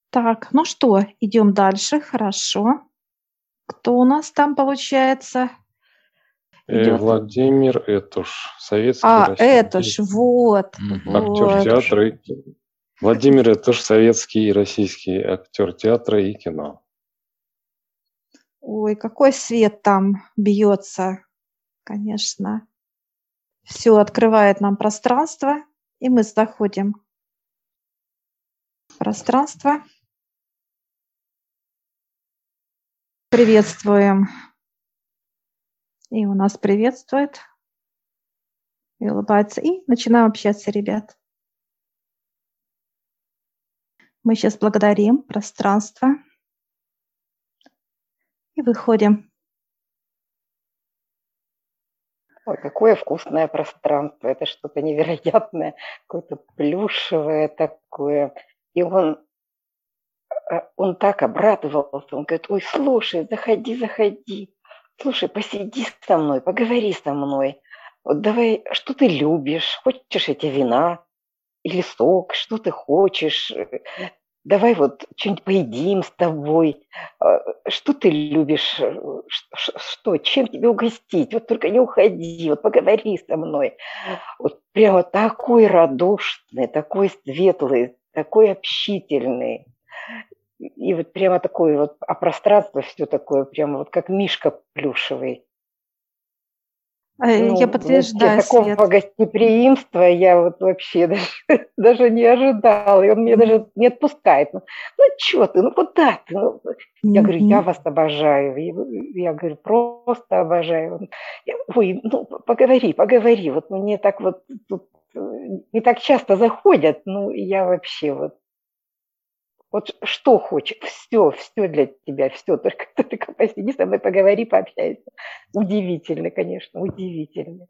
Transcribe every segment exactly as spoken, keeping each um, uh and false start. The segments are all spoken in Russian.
Так, ну что, идем дальше. Хорошо. Кто у нас там, получается, Э, идет? Владимир Этуш, советский, А, это российский ж, вот, Мгм. актер вот. театра и кино. Владимир Этуш, советский и российский актер театра и кино. Ой, какой свет там бьется, конечно. Все открывает нам пространство, и мы заходим в пространство. Приветствуем. И у нас приветствует, и улыбается. И начинаем общаться, ребят. Мы сейчас благодарим пространство и выходим. Ой, какое вкусное пространство. Это что-то невероятное, какое-то плюшевое такое. И он, э, он так обрадовался. Он говорит: ой, слушай, заходи, заходи. Слушай, посиди со мной, поговори со мной. Вот давай, что ты любишь? Хочешь эти вина или сок? Что ты хочешь? Э, Давай вот что-нибудь поедим с тобой. А, Что ты любишь? э, ш- ш- Что? Чем тебе угостить? Вот только не уходи, вот поговори со мной. Вот прямо такой радушный, такой светлый, такой общительный. И вот прямо такое вот, а пространство все такое, прямо вот как мишка плюшевый. А, э, Я Ну, вообще подтверждаю, такого Свет. гостеприимства я вот вообще даже, даже не ожидала. И он меня даже не отпускает. Ну, ну что ты, ну куда ты? Ну, я говорю, я Мгм. вас обожаю. И Я говорю, просто обожаю. Он, я, ой, ну поговори, поговори. Вот мне так вот тут э, не так часто заходят. Ну, я вообще вот, вот что хочешь, все, все для тебя, все. Только, только посиди со мной, поговори, пообщайся. Удивительно, конечно, удивительно.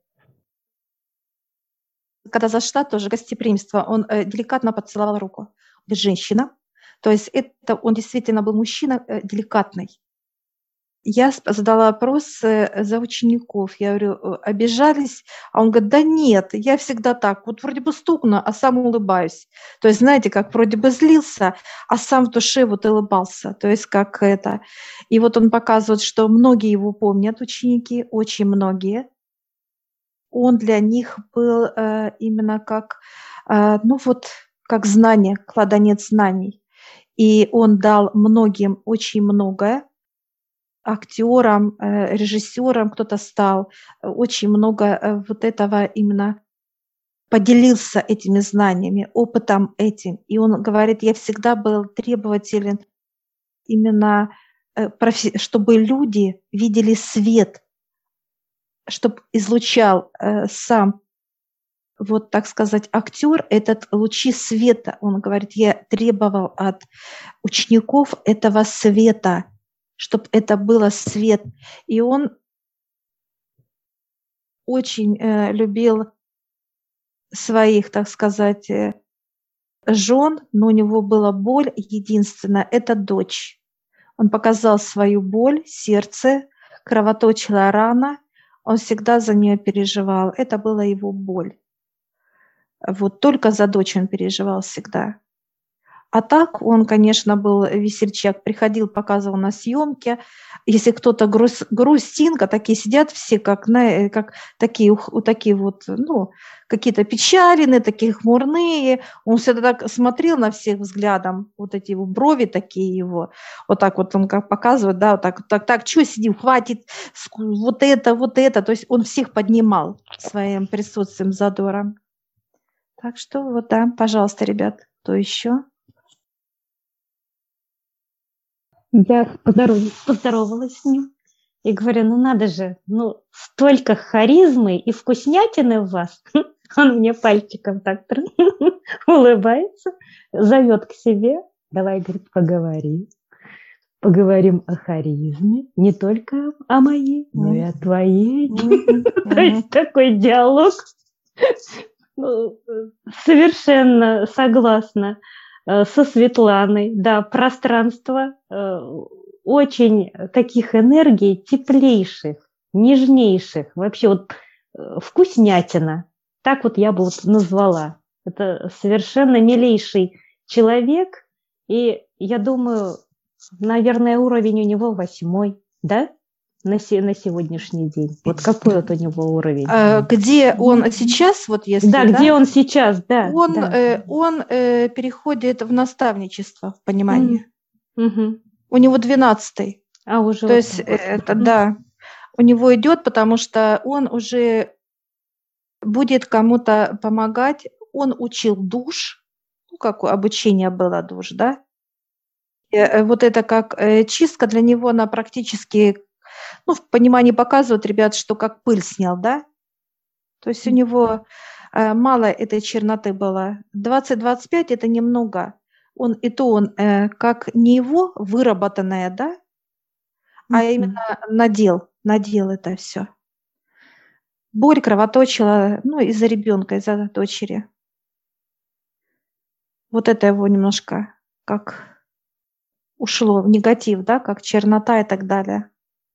Когда зашла, тоже гостеприимство, он э, деликатно поцеловал руку. Женщина. То есть это он действительно был мужчина э, деликатный. Я сп- задала вопрос э, за учеников. Я говорю, э, обижались? А он говорит, да нет, я всегда так. Вот вроде бы стукну, а сам улыбаюсь. То есть, знаете, как вроде бы злился, а сам в душе вот улыбался. То есть как это. И вот он показывает, что многие его помнят, ученики, очень многие. Он для них был э, именно как, э, ну вот, как знание, кладонец знаний. И он дал многим очень многое, актерам, э, режиссерам кто-то стал, э, очень много э, вот этого именно поделился этими знаниями, опытом этим. И он говорит, я всегда был требователен именно, э, профи- чтобы люди видели свет, чтобы излучал э, сам вот, так сказать, актер, этот лучи света, он говорит, я требовал от учеников этого света, чтобы это было свет. И он очень э, любил своих, так сказать, э, жен, но у него была боль единственная– это дочь. Он показал свою боль, сердце, кровоточила рана, он всегда за нее переживал. Это была его боль. Вот только за дочь он переживал всегда. А так он, конечно, был весельчак. Приходил, показывал на съемке. Если кто-то груз, грустинка, такие сидят все, как, на, как такие, у такие вот, ну, какие-то печаленные, такие хмурные. Он всегда так смотрел на всех взглядом, вот эти его брови такие его. Вот так вот он как показывает, да, вот так, так, так, что сидим, хватит, вот это, вот это. То есть он всех поднимал своим присутствием, задором. Так что вот, да, пожалуйста, ребят, кто еще? Я поздоров- поздоровалась с ним и говорю, ну надо же, ну столько харизмы и вкуснятины в вас. Он мне пальчиком так улыбается, зовет к себе. Давай, говорит, поговорим. Поговорим о харизме, не только о моей, но и о твоей. То есть такой диалог. Ну, совершенно согласна э, со Светланой. Да, пространство э, очень таких энергий теплейших, нежнейших. Вообще вот э, вкуснятина. Так вот я бы вот назвала. Это совершенно милейший человек. И я думаю, наверное, уровень у него восьмой, да? На, се- на сегодняшний день. Вот какой вот у него уровень? Э, Где он сейчас, вот если, Да, где он сейчас, да. он, да. э, он э, переходит в наставничество, в понимании. Мгм. У него двенадцатый. А уже То вот есть так. это, да, у него идет, потому что он уже будет кому-то помогать. Он учил душ, ну, как обучение было душ, да. И, э, вот это как э, чистка для него, она практически, ну, в понимании показывает, ребят, что как пыль снял, да. То есть у него э, мало этой черноты было. двадцать-двадцать пять это немного. Он и то он э, как не его выработанное, да, а именно надел, надел это все. Боль кровоточила, ну, из-за ребенка, из-за дочери. Вот это его немножко как ушло в негатив, да, как чернота и так далее.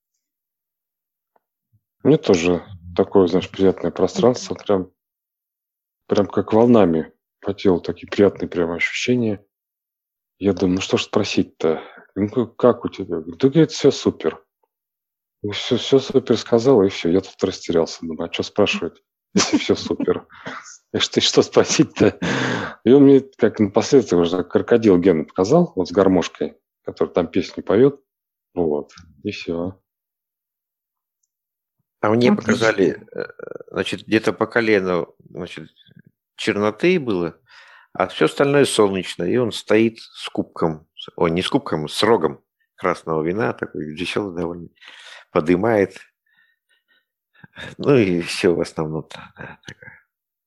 Мне тоже такое, знаешь, приятное пространство, прям, прям как волнами по телу, такие приятные прям ощущения. Я думаю, ну что ж спросить-то? Ну, как, как у тебя? Да, говорит, все супер. Все, все супер сказал, и все. Я тут растерялся. Думаю, а что спрашивать, если все супер? И что, что спросить-то? И он мне, как напоследок, уже крокодил Гена показал, вот с гармошкой, который там песню поет. Вот, и все. А мне Отлично. показали, э, значит, где-то по колено, значит, черноты было, а все остальное солнечное. И он стоит с кубком, с- ой, не с кубком, с рогом красного вина, такой веселый довольно, подымает. Ну и все в основном. Да, такое.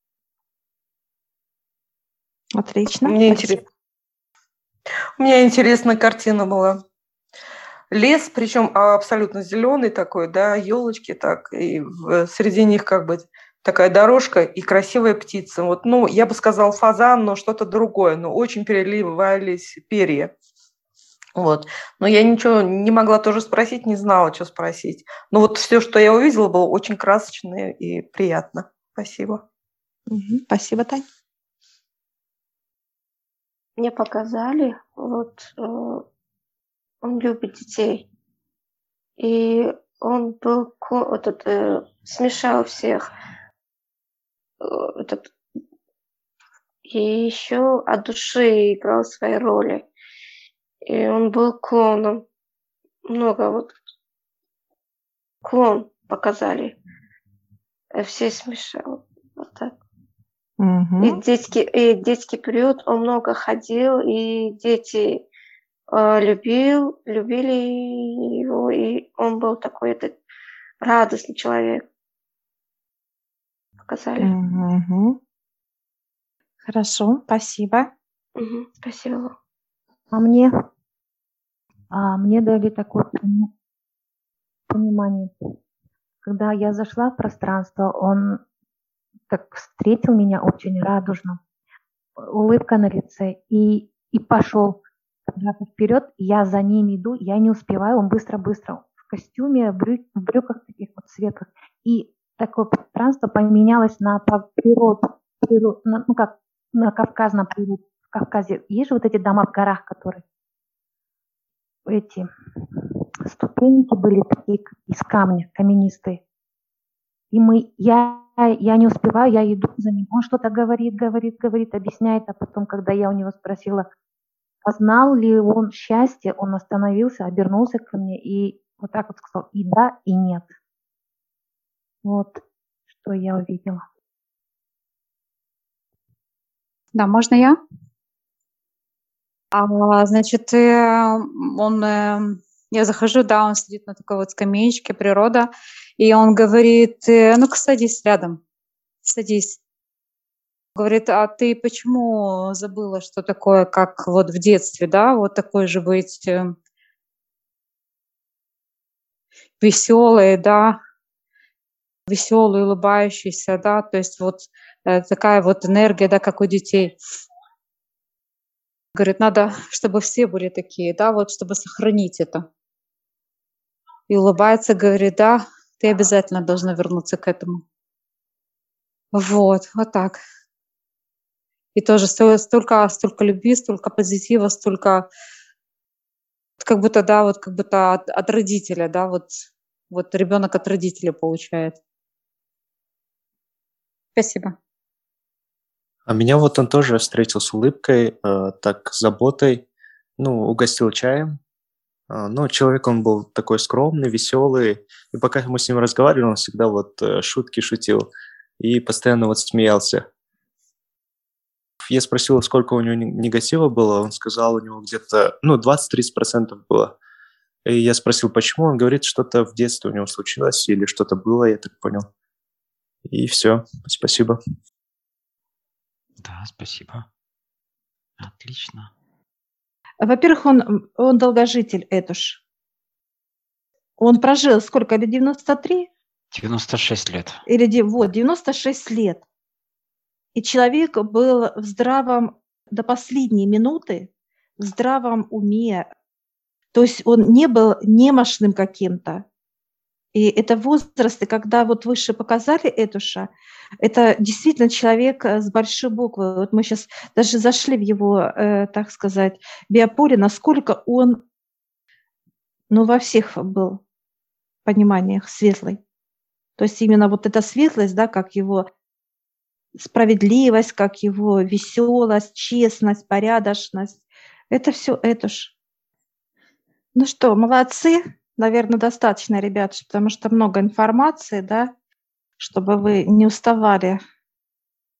Отлично. Мне Спасибо. интересно. У меня интересная картина была. Лес, причем абсолютно зеленый такой, да, елочки так, и в- среди них как бы такая дорожка и красивая птица. Вот, ну, я бы сказал фазан, но что-то другое, но очень переливались перья. Вот. Но я ничего не могла тоже спросить, не знала, что спросить. Но вот все, что я увидела, было очень красочно и приятно. Спасибо. Мгм. Спасибо, Тань. Мне показали, вот э, он любит детей. И он был ко- этот, э, смешал всех. э, этот, и еще от души играл свои роли. И он был клоном. Много вот клон показали. Э, Все смешал. Вот так. И Мгм. детский, и детский период он много ходил, и дети э, любил, любили его, и он был такой этот радостный человек. Показали. Мгм. Хорошо, спасибо. Мгм. Спасибо. А мне, а мне дали такое пони- понимание. Когда я зашла в пространство, он так встретил меня очень радужно, улыбка на лице, и, и пошел куда-то вперед, я за ним иду, я не успеваю, он быстро-быстро в костюме, в, брю- в брюках таких вот светлых, и такое пространство поменялось на по- природу, природу, на- ну как на Кавказ, на природу. В Кавказе есть же вот эти дома в горах, которые эти ступеньки были такие из камня, каменистые. И мы, я, я не успеваю, я иду за ним. Он что-то говорит, говорит, говорит, объясняет. А потом, когда я у него спросила, познал ли он счастье, он остановился, обернулся ко мне и вот так вот сказал и да, и нет. Вот что я увидела. Да, можно я? А, значит, э, он, э, я захожу, да, он сидит на такой вот скамеечке, природа, и он говорит, э, ну-ка садись рядом, садись. Говорит, а ты почему забыла, что такое, как вот в детстве, да, вот такой же быть э, веселой, да, веселый, улыбающийся, да, то есть вот э, такая вот энергия, да, как у детей. Говорит, надо, чтобы все были такие, да, вот чтобы сохранить это. И улыбается, говорит, да, ты обязательно должна вернуться к этому. Вот, вот так. И тоже сто- столько, столько любви, столько позитива, столько как будто, да, вот как будто от, от родителя, да, вот, вот ребенок от родителя получает. Спасибо. А меня вот он тоже встретил с улыбкой, э, так с заботой, ну, угостил чаем. А, Ну, человек он был такой скромный, веселый, и пока мы с ним разговаривали, он всегда вот э, шутки шутил и постоянно вот смеялся. Я спросил, сколько у него не- негатива было, он сказал, у него где-то, ну, двадцать-тридцать процентов было. И я спросил, почему, он говорит, что-то в детстве у него случилось или что-то было, я так понял. И все, спасибо. Да, спасибо. Отлично. Во-первых, он, он долгожитель, Этуш. Он прожил сколько? Или девяносто три? девяносто шесть лет. Или де- вот, девяносто шесть лет. И человек был в здравом до последней минуты, в здравом уме. То есть он не был немощным каким-то. И это возрасты, когда вот выше показали Этуша, это действительно человек э, с большой буквы. Вот мы сейчас даже зашли в его, э, так сказать, биополе, насколько он, ну, во всех был пониманиях светлый. То есть именно вот эта светлость, да, как его справедливость, как его веселость, честность, порядочность, это все Этуш. Ну что, молодцы. Наверное, достаточно, ребят, потому что много информации, да, чтобы вы не уставали